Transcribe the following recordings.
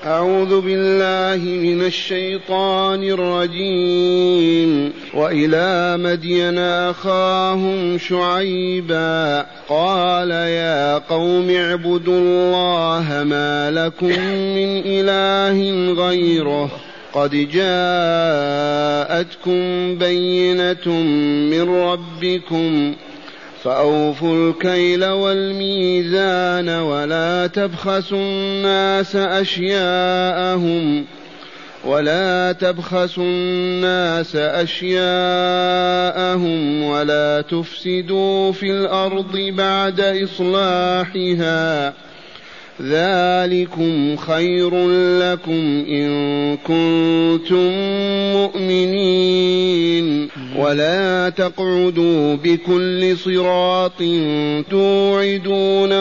أعوذ بالله من الشيطان الرجيم. وإلى مدين أخاهم شعيبا قال يا قوم اعبدوا الله ما لكم من إله غيره قد جاءتكم بينة من ربكم فأوفوا الكيل والميزان ولا تبخسوا الناس أشياءهم ولا تفسدوا في الأرض بعد إصلاحها ذلكم خير لكم إن كنتم مؤمنين ولا تقعدوا بكل صراط توعدون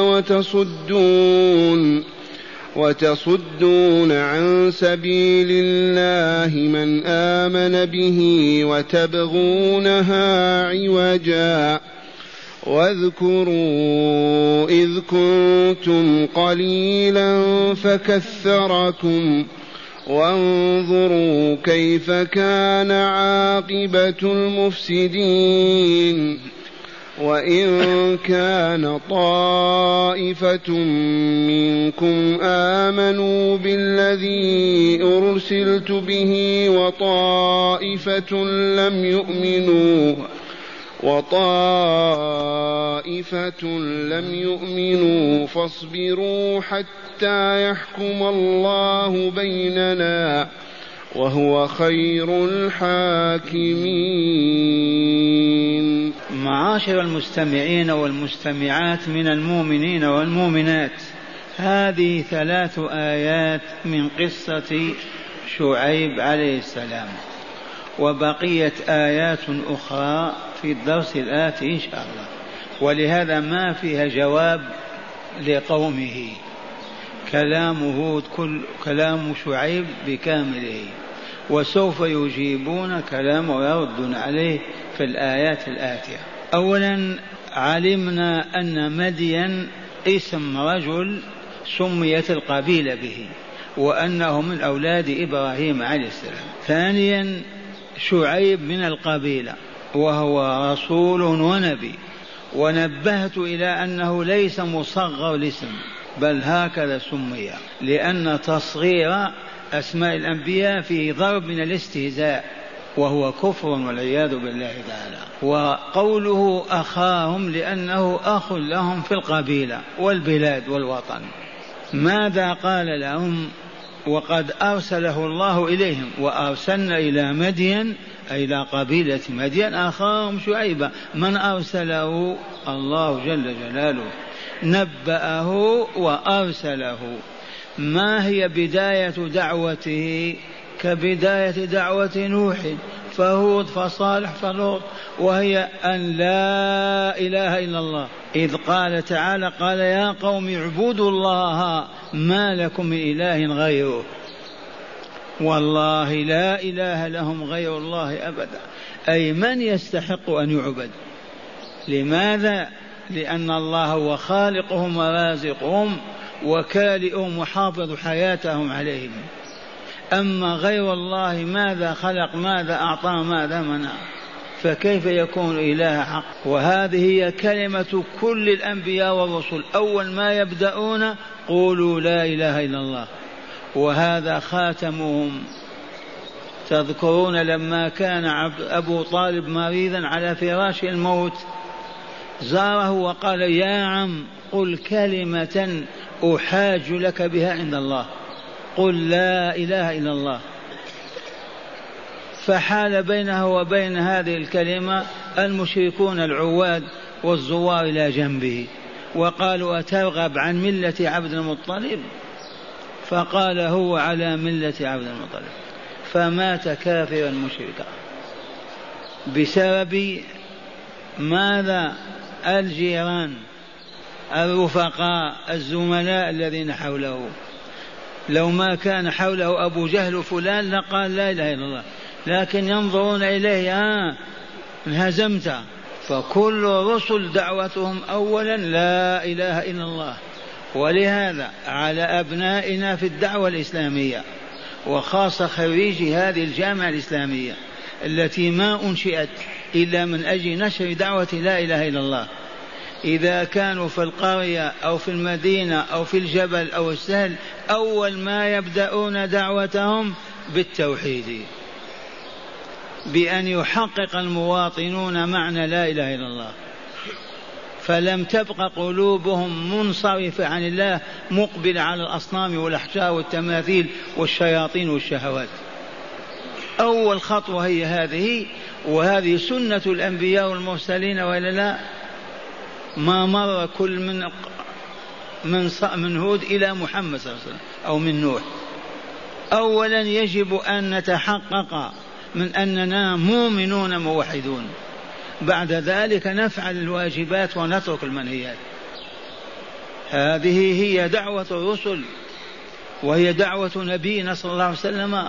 وتصدون عن سبيل الله من آمن به وتبغونها عوجا واذكروا إذ كنتم قليلا فكثركم وانظروا كيف كان عاقبة المفسدين وإن كان طائفة منكم آمنوا بالذي أرسلت به وطائفة لم يؤمنوا فاصبروا حتى يحكم الله بيننا وهو خير الحاكمين. معاشر المستمعين والمستمعات من المؤمنين والمؤمنات، هذه 3 آيات من قصة شعيب عليه السلام، وبقية آيات أخرى في الدرس الآتي إن شاء الله، ولهذا ما فيها جواب لقومه، كلام شعيب بكامله، وسوف يجيبون كلامه ويردون عليه في الآيات الآتية. أولا علمنا أن مدين اسم رجل سميت القبيلة به، وأنه من أولاد إبراهيم عليه السلام. ثانيا شعيب من القبيلة وهو رسول ونبي، ونبهت إلى أنه ليس مصغر الاسم بل هكذا سمي، لأن تصغير أسماء الأنبياء فيه ضرب من الاستهزاء وهو كفر والعياذ بالله تعالى. وقوله أخاهم لأنه أخ لهم في القبيلة والبلاد والوطن. ماذا قال لهم؟ وقد أرسله الله إليهم، وأرسلنا إلى مدين أي إلى قبيلة مدين أخاهم شعيبا. من أرسله؟ الله جل جلاله، نبأه وأرسله. ما هي بداية دعوته؟ كبداية دعوة نوح فهود فصالح فلوط، وهي أن لا إله إلا الله. إذ قال تعالى قال يا قوم اعبدوا الله ما لكم من إله غيره، والله لا إله لهم غير الله أبدا، أي من يستحق أن يعبد. لماذا؟ لأن الله هو خالقهم ورازقهم وكالئهم وحافظ حياتهم عليهم. أما غير الله ماذا خلق، ماذا أعطى، ماذا منع، فكيف يكون إله حق؟ وهذه هي كلمة كل الأنبياء والرسل، أول ما يبدأون قولوا لا إله إلا الله، وهذا خاتمهم. تذكرون لما كان أبو طالب مريضا على فراش الموت زاره وقال يا عم قل كلمة أحاج لك بها عند الله، قل لا إله إلا الله. فحال بينه وبين هذه الكلمة المشركون العواد والزوار إلى جنبه، وقالوا أترغب عن ملة عبد المطلب؟ فقال هو على ملة عبد المطلب، فمات كافرا مشركا. بسبب ماذا؟ الجيران، الرفقاء، الزملاء الذين حوله. لو ما كان حوله أبو جهل فلان لقال لا إله إلا الله، لكن ينظرون إليه انهزمت. فكل رسل دعوتهم أولا لا إله إلا الله، ولهذا على أبنائنا في الدعوة الإسلامية وخاصة خريجي هذه الجامعة الإسلامية التي ما أنشئت إلا من أجل نشر دعوة لا إله إلا الله، إذا كانوا في القرية أو في المدينة أو في الجبل أو السهل أول ما يبدأون دعوتهم بالتوحيد، بأن يحقق المواطنون معنى لا إله إلا الله، فلم تبق قلوبهم منصرفة عن الله مقبلة على الأصنام والأحجار والتماثيل والشياطين والشهوات. أول خطوة هي هذه، وهذه سنة الأنبياء والمرسلين وإلا لا؟ ما مر كل من هود إلى محمد صلى الله عليه وسلم أو من نوح. أولا يجب أن نتحقق من أننا مؤمنون موحدون، بعد ذلك نفعل الواجبات ونترك المنهيات. هذه هي دعوة الرسل وهي دعوة نبينا صلى الله عليه وسلم.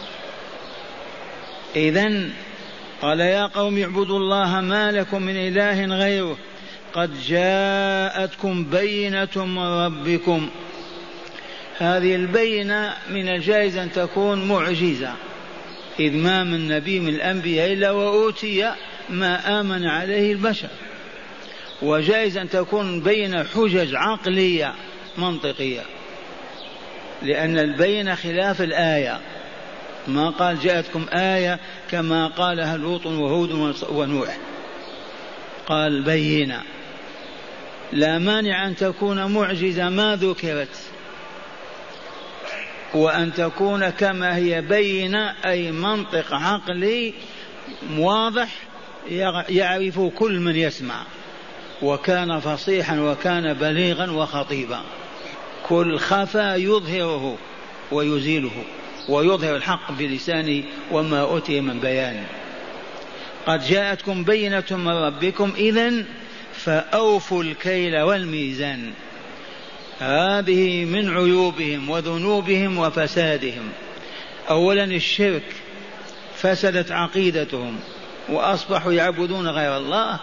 إذن قال يا قوم اعبدوا الله ما لكم من إله غيره قد جاءتكم بينة من ربكم. هذه البينة من الجائز أن تكون معجزة، إذ ما من نبي من الأنبياء إلا وأوتي ما آمن عليه البشر، وجائز أن تكون بين حجج عقلية منطقية، لأن البينة خلاف الآية. ما قال جاءتكم آية كما قالها لوط وهود ونوح، قال بينة. لا مانع أن تكون معجزة ما ذكرت، وأن تكون كما هي بينة أي منطق عقلي واضح يعرف كل من يسمع، وكان فصيحا وكان بليغا وخطيبا، كل خفا يظهره ويزيله ويظهر الحق بلسانه وما أوتي من بيان. قد جاءتكم بينة من ربكم إذن فأوفوا الكيل والميزان. هذه من عيوبهم وذنوبهم وفسادهم. أولا الشرك، فسدت عقيدتهم وأصبحوا يعبدون غير الله،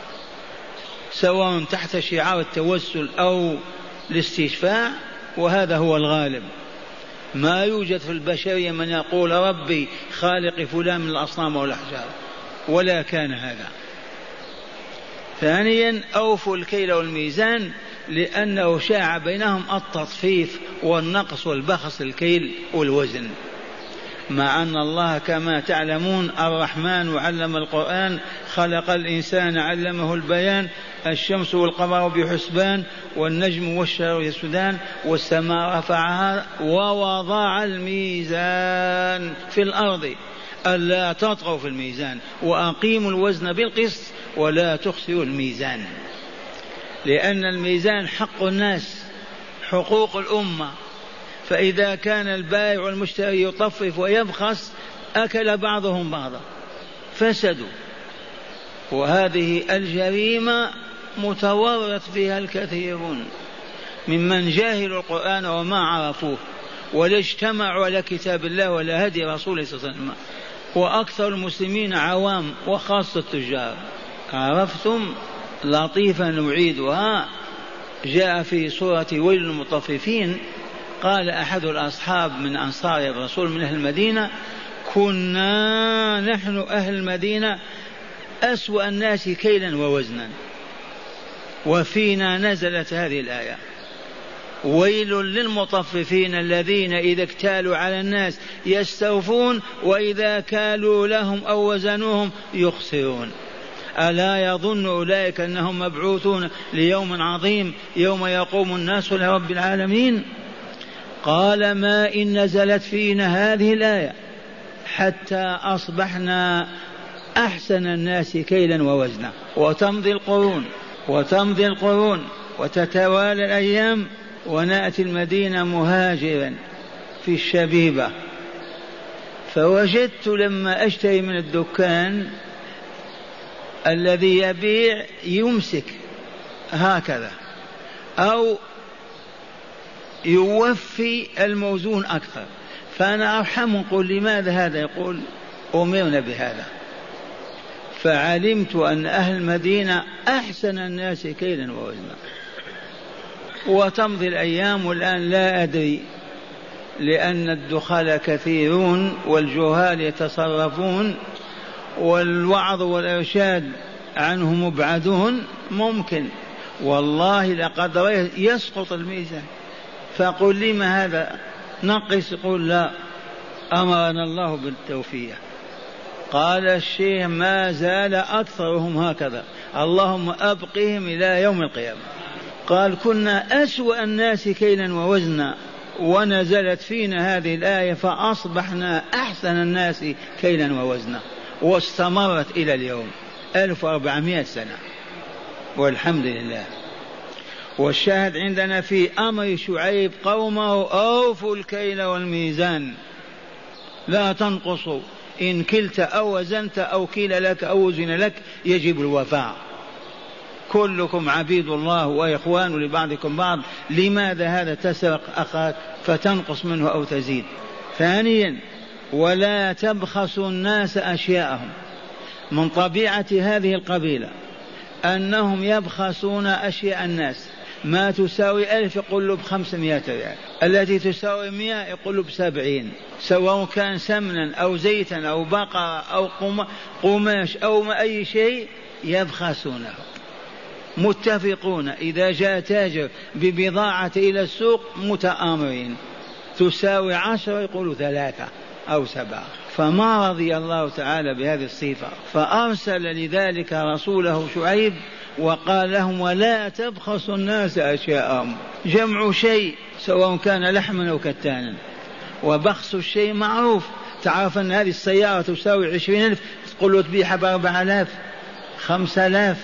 سواء تحت شعار التوسل أو الاستشفاع، وهذا هو الغالب. ما يوجد في البشرية من يقول ربي خالق فلان من الأصنام والأحجار، ولا كان هذا. ثانيا أوفوا الكيل والميزان، لأنه شاع بينهم التطفيف والنقص والبخس الكيل والوزن، مع أن الله كما تعلمون الرحمن علم القرآن، خلق الإنسان علمه البيان، الشمس والقمر بحسبان والنجم والشجر يسجدان والسماء رفعها ووضع الميزان في الأرض ألا تطغوا في الميزان وأقيموا الوزن بالقسط ولا تخسروا الميزان، لأن الميزان حق الناس، حقوق الأمة، فإذا كان البائع والمشتري يطفف ويبخس أكل بعضهم بعضا، فسدوا. وهذه الجريمة متورط فيها الكثيرون ممن جاهلوا القرآن وما عرفوه ولا اجتمعوا على كتاب الله ولا هدي رسوله صلى الله عليه وسلم، وأكثر المسلمين عوام وخاصة التجار. عرفتم؟ لطيفة نعيدها. جاء في سورة ويل المطففين، قال أحد الأصحاب من أنصار الرسول من أهل المدينة: كنا نحن أهل المدينة أسوأ الناس كيلا ووزنا، وفينا نزلت هذه الآية: ويل للمطففين الذين إذا اكتالوا على الناس يستوفون وإذا كالوا لهم أو وزنوهم يخسرون. ألا يظن أولئك أنهم مبعوثون ليوم عظيم يوم يقوم الناس لرب العالمين؟ قال: ما إن نزلت فينا هذه الآية حتى أصبحنا أحسن الناس كيلا ووزنا. وتمضي القرون وتتوالى الأيام، ونأتي المدينة مهاجرا في الشبيبة، فوجدت لما أشتري من الدكان الذي يبيع يمسك هكذا أو يوفي الموزون أكثر، فأنا أرحم قل لماذا هذا؟ يقول: أمرنا بهذا. فعلمت أن أهل المدينة أحسن الناس كيلا ووزنا. وتمضي الأيام والآن لا أدري، لأن الدخلاء كثيرون والجهال يتصرفون والوعظ والإرشاد عنه مبعدون. ممكن والله لقد يسقط الميزان، فقل لما هذا نقص؟ قل لا، أمرنا الله بالتوفيق. قال الشيخ ما زال أكثرهم هكذا، اللهم أبقهم إلى يوم القيامة. قال كنا أسوأ الناس كيلا ووزنا، ونزلت فينا هذه الآية فأصبحنا أحسن الناس كيلا ووزنا، واستمرت إلى اليوم 1400 سنة والحمد لله. والشاهد عندنا في أمر شعيب قومه أوفوا الكيل والميزان لا تنقصوا، إن كلت أو وزنت أو كيل لك أو وزن لك يجب الوفاء، كلكم عبيد الله وإخوان لبعضكم بعض، لماذا هذا تسرق أخاك فتنقص منه أو تزيد؟ ثانيا ولا تبخسوا الناس أشياءهم. من طبيعة هذه القبيلة أنهم يبخسون أشياء الناس، ما تساوي 1000 يقول له ب500 ريال، التي تساوي 100 يقول له ب70، سواء كان سمنا أو زيتا أو بقرة أو قماش أو أي شيء يبخسونه. متفقون إذا جاء تاجر ببضاعة إلى السوق متآمرين، تساوي 10 يقول 3 أو 7. فما رضي الله تعالى بهذه الصفة، فأرسل لذلك رسوله شعيب وقال لهم ولا تبخسوا الناس أشياءهم، جمع شيء سواء كان لحما أو كتانا، وبخس الشيء معروف. تعرف أن هذه السيارة تساوي 20,000 تقول له تبيعها ب4,000 5,000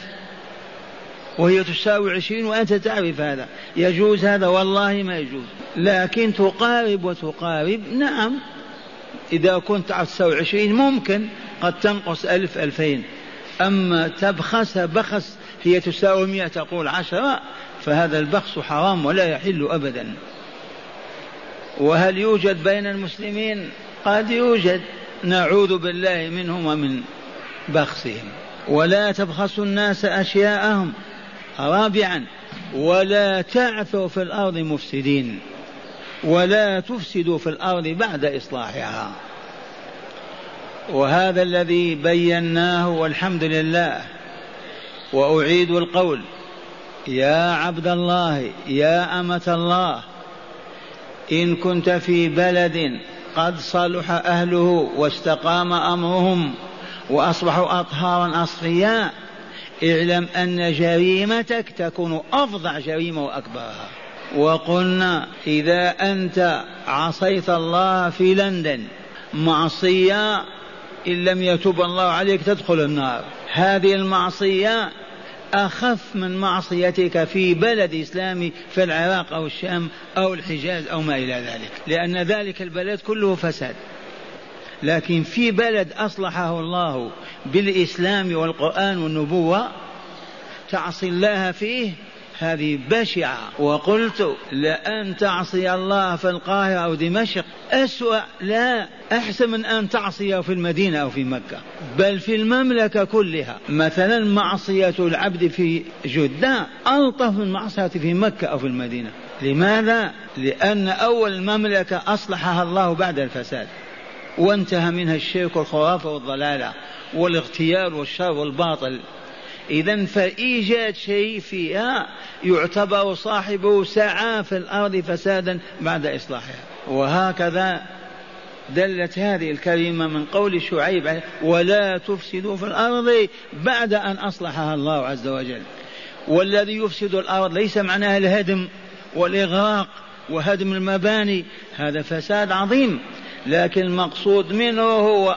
وهي تساوي 20 وأنت تعرف هذا، يجوز هذا؟ والله ما يجوز. لكن تقارب وتقارب، نعم إذا كنت تساوي 20 ممكن قد تنقص 1000 2000، أما تبخس بخس هي تساوي 100 تقول 10، فهذا البخس حرام ولا يحل أبدا. وهل يوجد بين المسلمين؟ قد يوجد، نعوذ بالله منهم ومن بخسهم. ولا تبخسوا الناس أشياءهم. رابعا ولا تعثوا في الأرض مفسدين، ولا تفسدوا في الأرض بعد إصلاحها. وهذا الذي بيناه والحمد لله. وأعيد القول يا عبد الله يا أمة الله، إن كنت في بلد قد صلح أهله واستقام أمرهم وأصبحوا أطهارا أصفياء، اعلم أن جريمتك تكون أفظع جريمة وأكبرها. وقلنا إذا أنت عصيت الله في لندن معصية إن لم يتوب الله عليك تدخل النار، هذه المعصية أخف من معصيتك في بلد إسلامي في العراق أو الشام أو الحجاز أو ما إلى ذلك، لأن ذلك البلد كله فساد. لكن في بلد أصلحه الله بالإسلام والقرآن والنبوة تعصي الله فيه، هذه بشعة. وقلت لأن تعصي الله في القاهرة أو دمشق أسوأ، لا أحسن من أن تعصيه في المدينة أو في مكة، بل في المملكة كلها. مثلا معصية العبد في جدة ألطف من معصية في مكة أو في المدينة. لماذا؟ لأن أول المملكة أصلحها الله بعد الفساد، وانتهى منها الشرك والخرافة والضلالة والاغتيال والشر والباطل. إذن فإيجاد شيء فيها يعتبر صاحبه سعى في الأرض فسادا بعد إصلاحها. وهكذا دلت هذه الكلمة من قول شعيب ولا تفسدوا في الأرض بعد أن أصلحها الله عز وجل. والذي يفسد الأرض ليس معناها الهدم والإغراق وهدم المباني، هذا فساد عظيم، لكن المقصود منه هو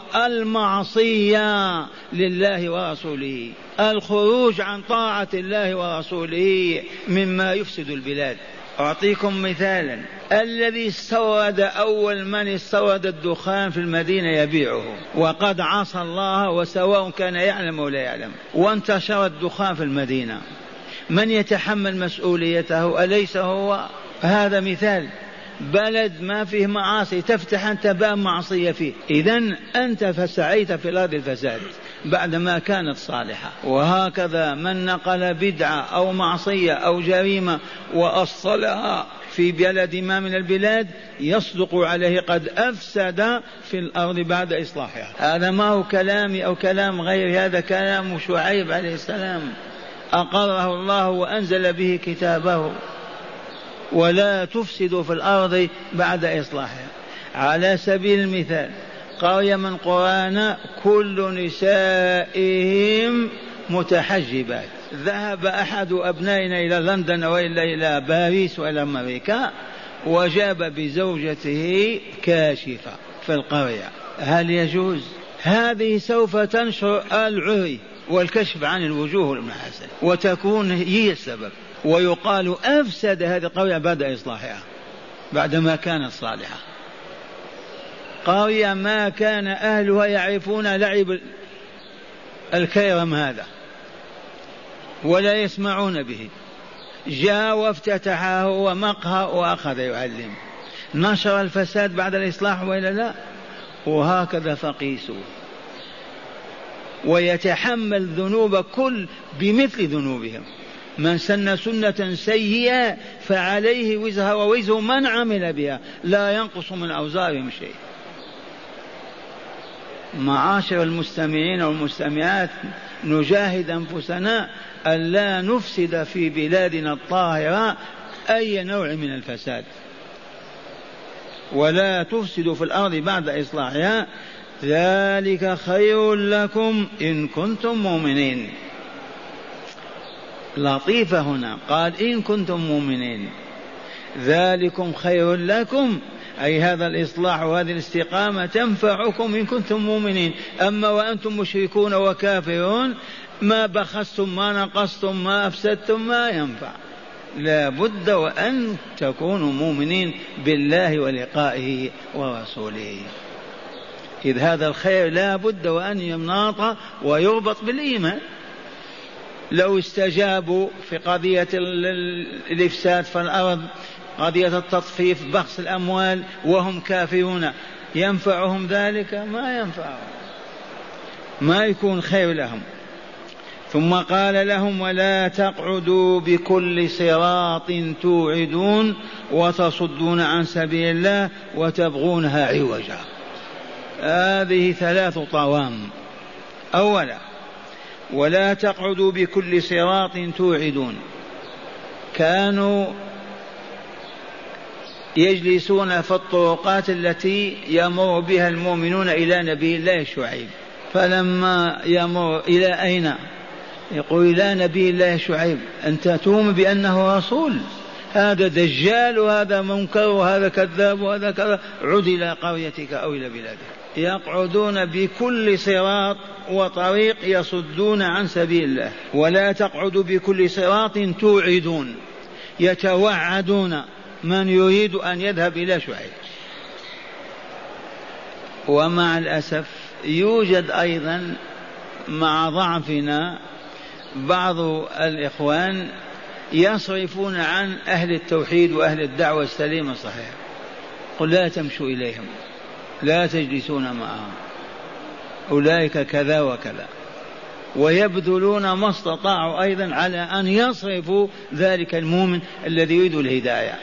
المعصية لله ورسوله، الخروج عن طاعة الله ورسوله مما يفسد البلاد. أعطيكم مثالا، الذي استورد أول من استورد الدخان في المدينة يبيعه وقد عصى الله، وسواء كان يعلم ولا يعلم، وانتشر الدخان في المدينة، من يتحمل مسؤوليته؟ أليس هو؟ هذا مثال. بلد ما فيه معاصي تفتح أنت باب معصية فيه، إذن أنت فسعيت في الأرض الفساد. بعدما كانت صالحة. وهكذا من نقل بدعة أو معصية أو جريمة وأصلها في بلد ما من البلاد يصدق عليه قد أفسد في الأرض بعد إصلاحها. هذا ما هو كلامي أو كلام غير، هذا كلام شعيب عليه السلام أقره الله وأنزل به كتابه. ولا تفسدوا في الأرض بعد إصلاحها. على سبيل المثال قرية من قرانا كل نسائهم متحجبات، ذهب أحد أبنائنا إلى لندن وإلا إلى باريس وإلى أمريكا وجاب بزوجته كاشفة في القرية، هل يجوز؟ هذه سوف تنشر العري والكشف عن الوجوه والمحاسن وتكون هي السبب، ويقال أفسد هذه القرية بعد إصلاحها بعدما كانت صالحة. قرية ما كان أهلها يعرفون لعب الكيرم هذا ولا يسمعون به، جاء وافتتحه هو مقهى وأخذ يعلم، نشر الفساد بعد الإصلاح وإلا لا؟ وهكذا فقيسوا. ويتحمل ذنوب كل بمثل ذنوبهم. من سن سنة سيئة فعليه وزرها ووزر من عمل بها لا ينقص من أوزارهم شيء. معاشر المستمعين والمستمعات، نجاهد أنفسنا ألا نفسد في بلادنا الطاهرة أي نوع من الفساد. ولا تفسدوا في الأرض بعد إصلاحها ذلك خير لكم إن كنتم مؤمنين. لطيفة هنا قال إن كنتم مؤمنين، ذلكم خير لكم أي هذا الإصلاح وهذه الاستقامة تنفعكم إن كنتم مؤمنين. أما وأنتم مشركون وكافرون ما بخستم ما نقصتم ما أفسدتم ما ينفع. لا بد وأن تكونوا مؤمنين بالله ولقائه ورسوله، إذ هذا الخير لا بد وأن يناط ويربط بالإيمان. لو استجابوا في قضية الإفساد في الأرض، قضية التطفيف بخس الأموال وهم كافرون، ينفعهم ذلك؟ ما ينفعهم، ما يكون خير لهم. ثم قال لهم ولا تقعدوا بكل صراط توعدون وتصدون عن سبيل الله وتبغونها عوجا. هذه 3 طوام. أولا ولا تقعدوا بكل صراط توعدون، كانوا يجلسون في الطرقات التي يمر بها المؤمنون إلى نبي الله شعيب، فلما يمر إلى أين يقول إلى نبي الله شعيب أنت تؤمن بأنه رسول، هذا دجال وهذا منكر وهذا كذاب وهذا كذا، عد إلى قريتك أو إلى بلادك. يقعدون بكل صراط وطريق يصدون عن سبيل الله. ولا تقعدوا بكل صراط توعدون، يتوعدون من يريد أن يذهب إلى شعيب. ومع الأسف يوجد أيضا مع ضعفنا بعض الإخوان يصرفون عن أهل التوحيد وأهل الدعوة السليمة الصحيحة، قل لا تمشوا إليهم، لا تجلسون معهم، أولئك كذا وكذا، ويبذلون ما استطاعوا أيضا على أن يصرفوا ذلك المؤمن الذي يريد الهداية.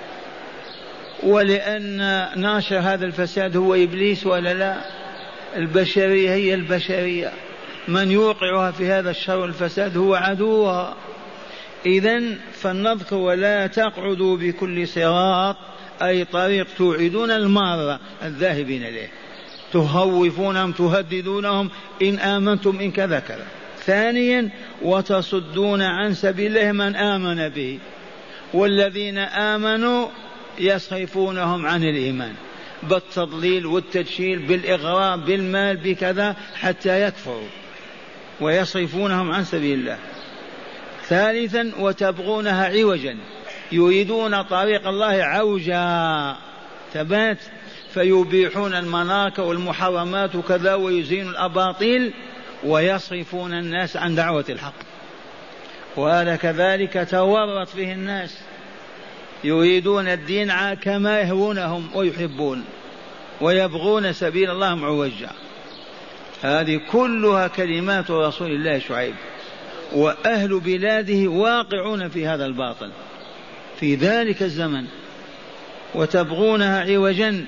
ولأن ناشر هذا الفساد هو إبليس ولا لا؟ البشرية هي البشرية، من يوقعها في هذا الشر والفساد هو عدوها. إذن فلنذكر ولا تقعدوا بكل صراط أي طريق توعدون المارة الذاهبين إليه، تهوفونهم تهددونهم إن آمنتم إن كذا كذا. ثانيا وتصدون عن سبيل الله من آمن به، والذين آمنوا يصرفونهم عن الإيمان بالتضليل والتدشيل بالإغراء بالمال بكذا حتى يكفروا ويصرفونهم عن سبيل الله. ثالثا وتبغونها عوجا، يريدون طريق الله عوجا ثبات، فيبيحون المناكر والمحرمات وكذا ويزينون الأباطيل ويصرفون الناس عن دعوة الحق. وهذا كذلك تورط فيه الناس، يريدون الدين كما يهونهم ويحبون ويبغون سبيل الله معوجا. هذه كلها كلمات رسول الله شعيب. وأهل بلاده واقعون في هذا الباطل في ذلك الزمن وتبغونها عوجا.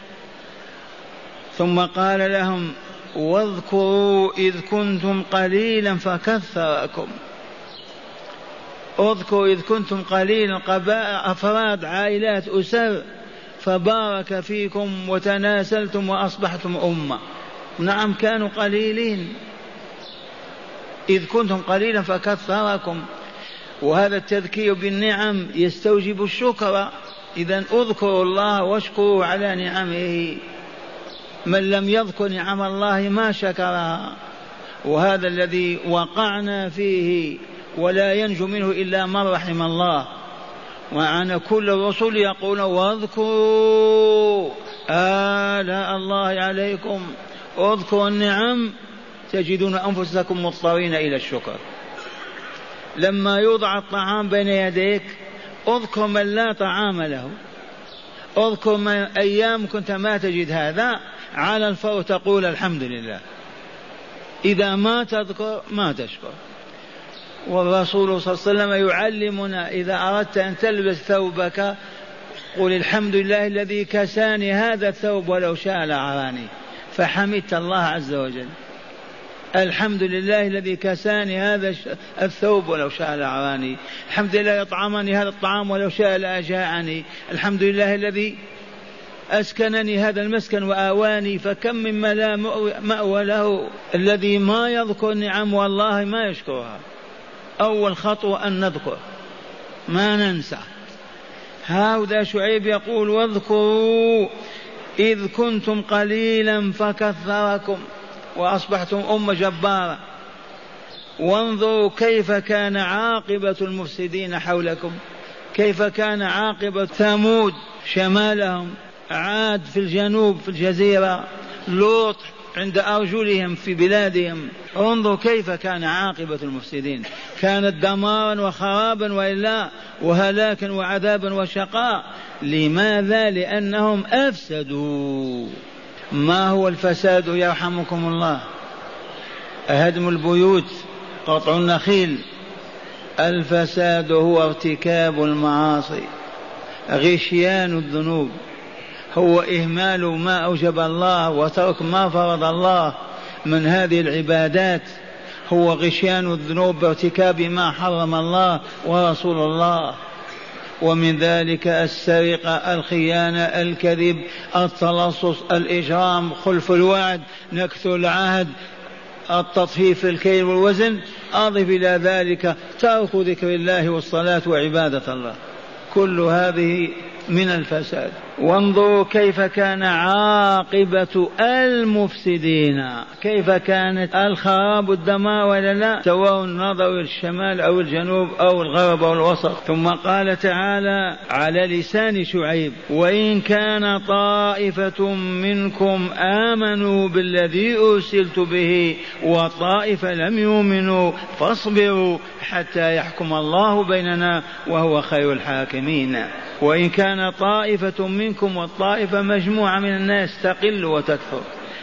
ثم قال لهم واذكروا إذ كنتم قليلا فكثركم. اذكروا إذ كنتم قليلا، أفراد، عائلات، أسر، فبارك فيكم وتناسلتم وأصبحتم أمة. نعم كانوا قليلين، إذ كنتم قليلا فكثركم. وهذا التذكير بالنعم يستوجب الشكر. إذن اذكروا الله واشكروا على نعمه. من لم يذكر نعم الله ما شكرها، وهذا الذي وقعنا فيه ولا ينجو منه إلا من رحم الله. وعن كل الرسل يقول واذكروا آلاء الله عليكم، اذكروا النعم تجدون أنفسكم مضطرين إلى الشكر. لما يوضع الطعام بين يديك اذكر من لا طعام له، اذكر من أيام كنت ما تجد هذا، على الفور تقول الحمد لله. إذا ما تذكر ما تشكر. والرسول صلى الله عليه وسلم يعلمنا إذا أردت أن تلبس ثوبك قل الحمد لله الذي كساني هذا الثوب ولو شاء لعراني، فحمدت الله عز وجل. الحمد لله الذي كساني هذا الثوب ولو شاء لعراني. الحمد لله أطعمني هذا الطعام ولو شاء لأجاعني. الحمد لله الذي أسكنني هذا المسكن وآواني. فكم مما لا مأوى له. الذي ما يذكر نعم والله ما يشكرها. أول خطوة أن نذكر ما ننسى. هذا شعيب يقول واذكروا إذ كنتم قليلا فكثركم وأصبحتم أمة جبارة. وانظروا كيف كان عاقبة المفسدين حولكم، كيف كان عاقبة ثمود شمالهم، عاد في الجنوب في الجزيرة، لوط عند أرجلهم في بلادهم. انظروا كيف كان عاقبة المفسدين، كانت دمارا وخرابا وإلا وهلاكا وعذابا وشقاء. لماذا؟ لأنهم أفسدوا. ما هو الفساد يرحمكم الله؟ هدم البيوت، قطع النخيل. الفساد هو ارتكاب المعاصي، غشيان الذنوب، هو إهمال ما أوجب الله وترك ما فرض الله من هذه العبادات، هو غشيان الذنوب بارتكاب ما حرم الله ورسول الله. ومن ذلك السرقة، الخيانة، الكذب، التلصص، الإجرام، خلف الوعد، نكث العهد، التطفيف في الكيل والوزن. أضف إلى ذلك ترك ذكر الله والصلاة وعبادة الله. كل هذه من الفساد. وانظروا كيف كان عاقبة المفسدين، كيف كانت الخراب الدمار ولا لا، سواء النظر الشمال أو الجنوب أو الغرب أو الوسط. ثم قال تعالى على لسان شعيب وإن كان طائفة منكم آمنوا بالذي أرسلت به وطائفة لم يؤمنوا فاصبروا حتى يحكم الله بيننا وهو خير الحاكمين. وإن كان طائفة منكم، والطائفة مجموعة من الناس تقل وتكثر،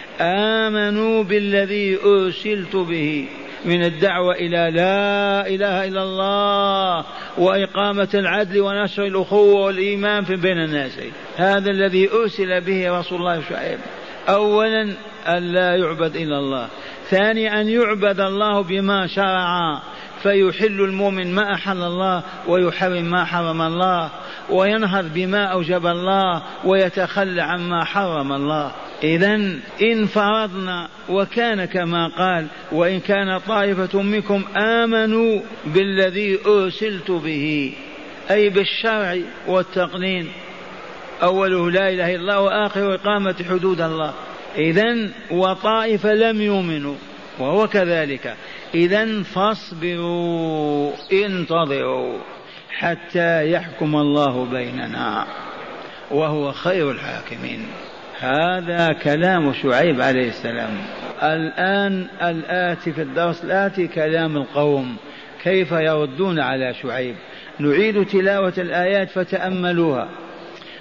آمنوا بالذي أرسلت به من الدعوة إلى لا إله إلا الله وإقامة العدل ونشر الأخوة والإيمان في بين الناس. هذا الذي أرسل به رسول الله شعيب. أولا أن لا يعبد إلا الله، ثانيا أن يعبد الله بما شرع، فيحل المؤمن ما أحل الله ويحرم ما حرم الله، وينهض بما أوجب الله ويتخلى عما حرم الله. إذن إن فرضنا وكان كما قال وإن كان طائفة منكم آمنوا بالذي أرسلت به، أي بالشرع والتقنين، أوله لا إله إلا الله وآخر إقامة حدود الله. إذن وطائفة لم يؤمنوا وهو كذلك. إذن فاصبروا انتظروا حتى يحكم الله بيننا وهو خير الحاكمين. هذا كلام شعيب عليه السلام. الآن الآتي في الدرس الآتي كلام القوم كيف يردون على شعيب. نعيد تلاوة الآيات فتأملوها.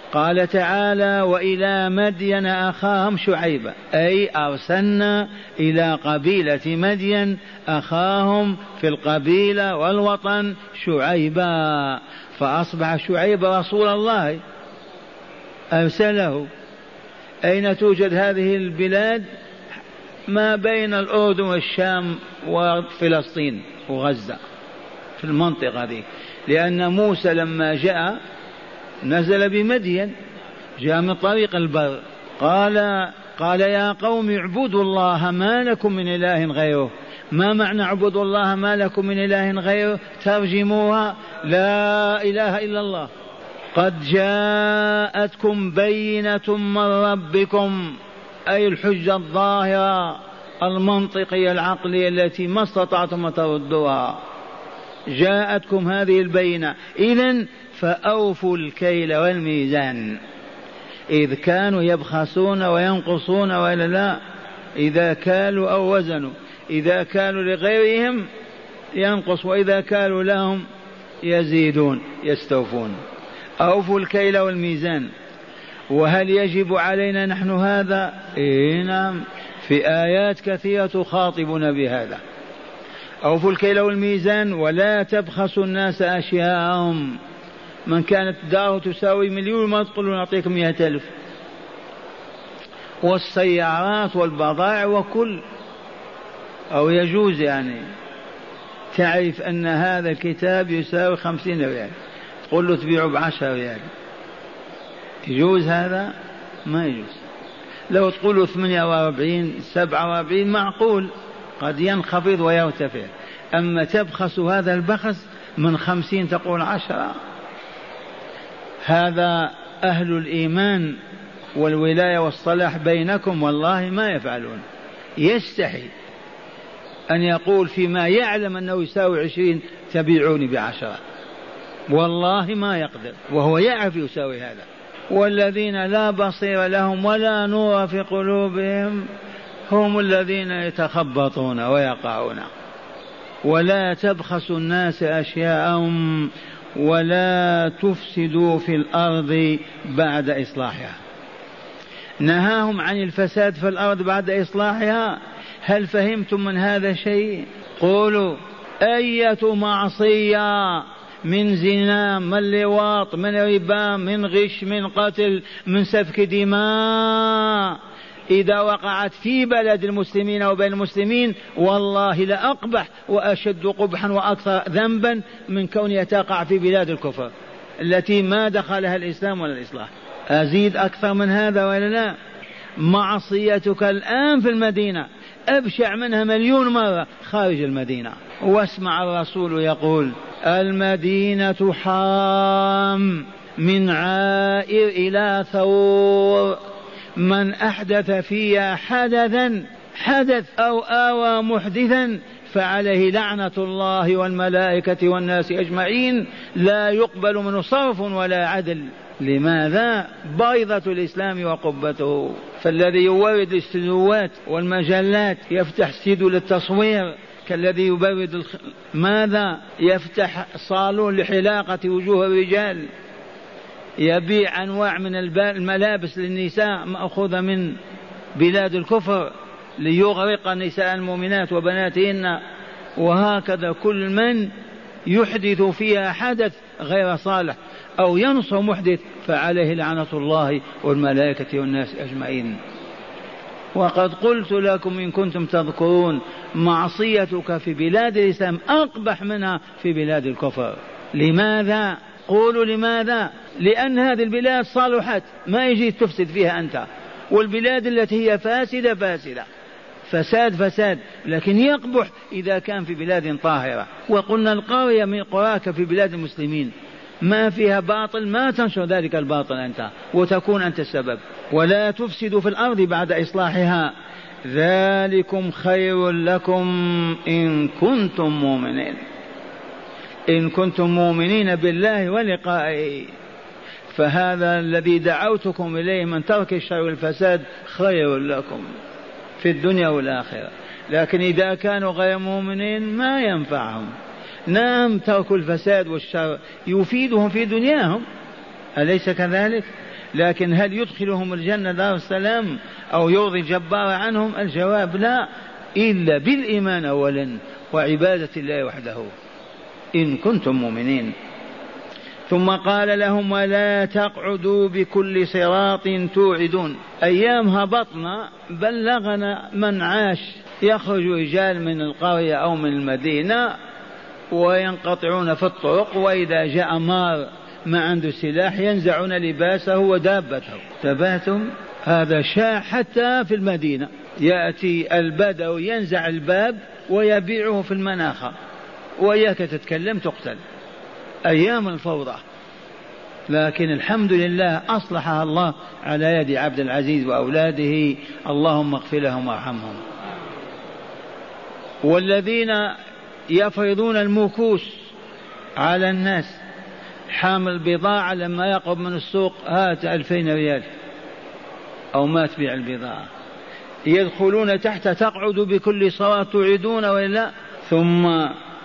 قال تعالى وإلى مدين أخاهم شعيبا، أي أرسلنا إلى قبيلة مدين أخاهم في القبيلة والوطن شعيبا، فأصبح شعيب رسول الله أرسله. أين توجد هذه البلاد؟ ما بين الأردن والشام وفلسطين وغزة، في المنطقة دي، لأن موسى لما جاء نزل بمدين، جاء من طريق البر. قال يا قوم اعبدوا الله ما لكم من إله غيره. ما معنى اعبدوا الله ما لكم من إله غيره؟ ترجموها لا إله إلا الله. قد جاءتكم بينة من ربكم، أي الحجة الظاهرة المنطقية العقلية التي ما استطعتم أن تردوها، جاءتكم هذه البينة. إذن فأوفوا الكيل والميزان، إذ كانوا يبخسون وينقصون وإلا لا، إذا كالوا أو وزنوا، إذا كالوا لغيرهم ينقص وإذا كالوا لهم يزيدون يستوفون. أوفوا الكيل والميزان. وهل يجب علينا نحن هذا؟ نعم، في آيات كثيرة تخاطبنا بهذا. أوفوا الكيل والميزان ولا تبخسوا الناس أشياءهم. من كانت داره تساوي 1,000,000 ما تقولون نعطيكم 100,000. والسيارات والبضائع وكل، أو يجوز يعني تعرف أن هذا الكتاب يساوي 50 ريال، تقول له تبيعه ب10 ريال، يجوز هذا؟ ما يجوز. لو تقول له 48 47 معقول، قد ينخفض ويرتفع. أما تبخس هذا البخس من 50 تقول 10، هذا أهل الإيمان والولاية والصلاح بينكم والله ما يفعلون. يستحي أن يقول فيما يعلم أنه يساوي 20 تبيعوني ب10، والله ما يقدر، وهو يعرف يساوي هذا. والذين لا بصير لهم ولا نور في قلوبهم هم الذين يتخبطون ويقعون. ولا تبخسوا الناس أشياءهم ولا تفسدوا في الأرض بعد إصلاحها. نهاهم عن الفساد في الأرض بعد إصلاحها. هل فهمتم من هذا شيء؟ قولوا أية معصية من زنا، من لواط، من ربا، من غش، من قتل، من سفك دماء، إذا وقعت في بلد المسلمين وبين المسلمين والله لأقبح وأشد قبحا وأكثر ذنبا من كونها تقع في بلاد الكفر التي ما دخلها الإسلام ولا الإصلاح. أزيد أكثر من هذا ولا لا؟ معصيتك الآن في المدينة أبشع منها 1,000,000 مرة خارج المدينة. واسمع الرسول يقول المدينة حرام من عائر إلى ثور، من أحدث فيها حدث أو آوى محدثا فعليه لعنة الله والملائكة والناس أجمعين، لا يقبل منه صرف ولا عدل. لماذا؟ بيضة الإسلام وقبته. فالذي يورد الاستديوهات والمجلات يفتح استديو للتصوير، كالذي يبرد ماذا؟ يفتح صالون لحلاقة وجوه الرجال، يبيع أنواع من الملابس للنساء مأخوذة من بلاد الكفر ليغرق نساء المؤمنات وبناتهن. وهكذا كل من يحدث فيها حدث غير صالح أو ينصر محدث فعليه لعنة الله والملائكة والناس أجمعين. وقد قلت لكم إن كنتم تذكرون معصيتك في بلاد الإسلام أقبح منها في بلاد الكفر. لماذا؟ قولوا لماذا؟ لأن هذه البلاد صالحت، ما يجي تفسد فيها أنت، والبلاد التي هي فاسدة فساد، لكن يقبح إذا كان في بلاد طاهرة. وقلنا القرية من قراك في بلاد المسلمين ما فيها باطل ما تنشر ذلك الباطل أنت وتكون أنت السبب. ولا تفسدوا في الأرض بعد إصلاحها، ذلكم خير لكم إن كنتم مؤمنين، إن كنتم مؤمنين بالله ولقائه. فهذا الذي دعوتكم إليه من ترك الشر والفساد خير لكم في الدنيا والآخرة. لكن إذا كانوا غير مؤمنين ما ينفعهم. نعم ترك الفساد والشر يفيدهم في دنياهم، أليس كذلك؟ لكن هل يدخلهم الجنة دار السلام أو يرضي الجبار عنهم؟ الجواب لا، إلا بالإيمان أولا وعبادة الله وحده إن كنتم مؤمنين. ثم قال لهم ولا تقعدوا بكل صراط توعدون. أيام هبطنا بلغنا من عاش يخرج رجال من القرية أو من المدينة وينقطعون في الطرق، وإذا جاء مار ما عنده سلاح ينزعون لباسه ودابته. تبهتم؟ هذا شاع حتى في المدينة، يأتي البدو ينزع الباب ويبيعه في المناخة، وإياك تتكلم تقتل. أيام الفوضى، لكن الحمد لله أصلحها الله على يد عبد العزيز وأولاده، اللهم اغفر لهم وارحمهم. والذين يفرضون المكوس على الناس، حامل بضاعة لما يقرب من السوق هات 2000 ريال أو ما تبيع البضاعة، يدخلون تحت تقعد بكل صراط توعدون وإلا، ثم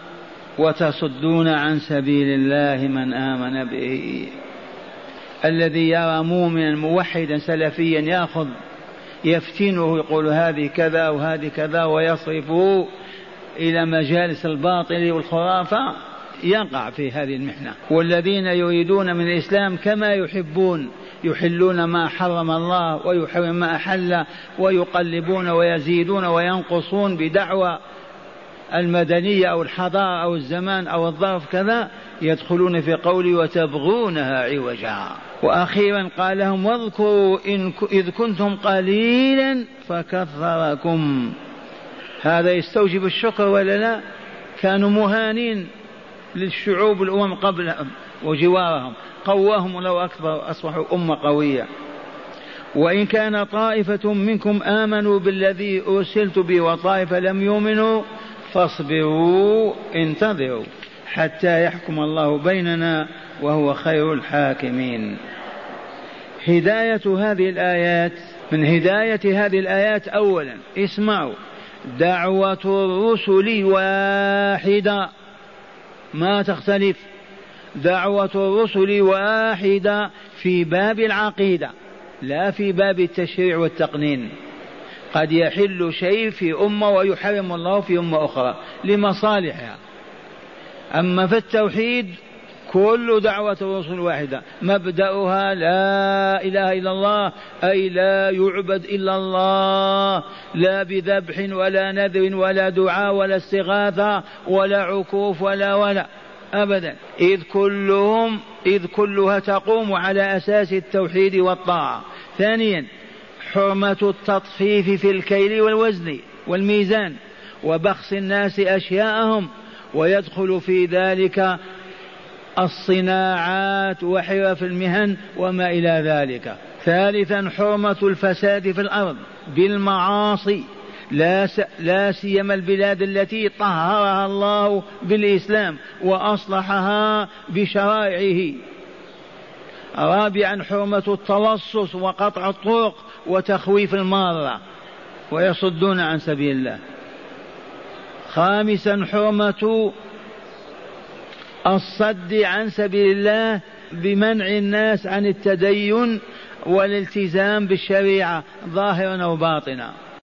وتصدون عن سبيل الله من آمن به. الذي يرى مؤمنا موحدا سلفيا يأخذ يفتنه يقول هذه كذا وهذه كذا ويصرفه إلى مجالس الباطل والخرافة يقع في هذه المحنة. والذين يريدون من الإسلام كما يحبون يحلون ما حرم الله ويحرم ما أحل ويقلبون ويزيدون وينقصون بدعوى المدنية أو الحضارة أو الزمان أو الظرف كذا، يدخلون في قولي وتبغونها عوجا. وأخيرا قال لهم واذكروا إذ كنتم قليلا فكثركم. هذا يستوجب الشكر ولا لا؟ كانوا مهانين للشعوب الأمم قبلهم وجوارهم، قواهم لو أكبر أصبحوا أمة قوية. وإن كان طائفة منكم آمنوا بالذي أرسلت به وطائفة لم يؤمنوا فاصبروا انتظروا حتى يحكم الله بيننا وهو خير الحاكمين. هداية هذه الآيات، من هداية هذه الآيات أولا اسمعوا، دعوة الرسل واحدة ما تختلف، دعوة الرسل واحدة في باب العقيدة لا في باب التشريع والتقنين. قد يحل شيء في أمة ويحرم الله في أمة أخرى لمصالحها. أما في التوحيد كل دعوة الرسل واحدة، مبدأها لا إله إلا الله، أي لا يعبد إلا الله، لا بذبح ولا نذر ولا دعاء ولا استغاثة ولا عكوف ولا أبدا، إذ كلها تقوم على أساس التوحيد والطاعة. ثانيا حرمة التطفيف في الكيل والوزن والميزان وبخس الناس أشياءهم، ويدخل في ذلك الصناعات وحرف المهن وما إلى ذلك. ثالثا حرمة الفساد في الأرض بالمعاصي، لا سيما البلاد التي طهرها الله بالإسلام وأصلحها بشرائعه. رابعا حرمة التلصص وقطع الطرق وتخويف المارة ويصدون عن سبيل الله. خامسا حرمة الصد عن سبيل الله بمنع الناس عن التدين والالتزام بالشريعة ظاهرا وباطنا.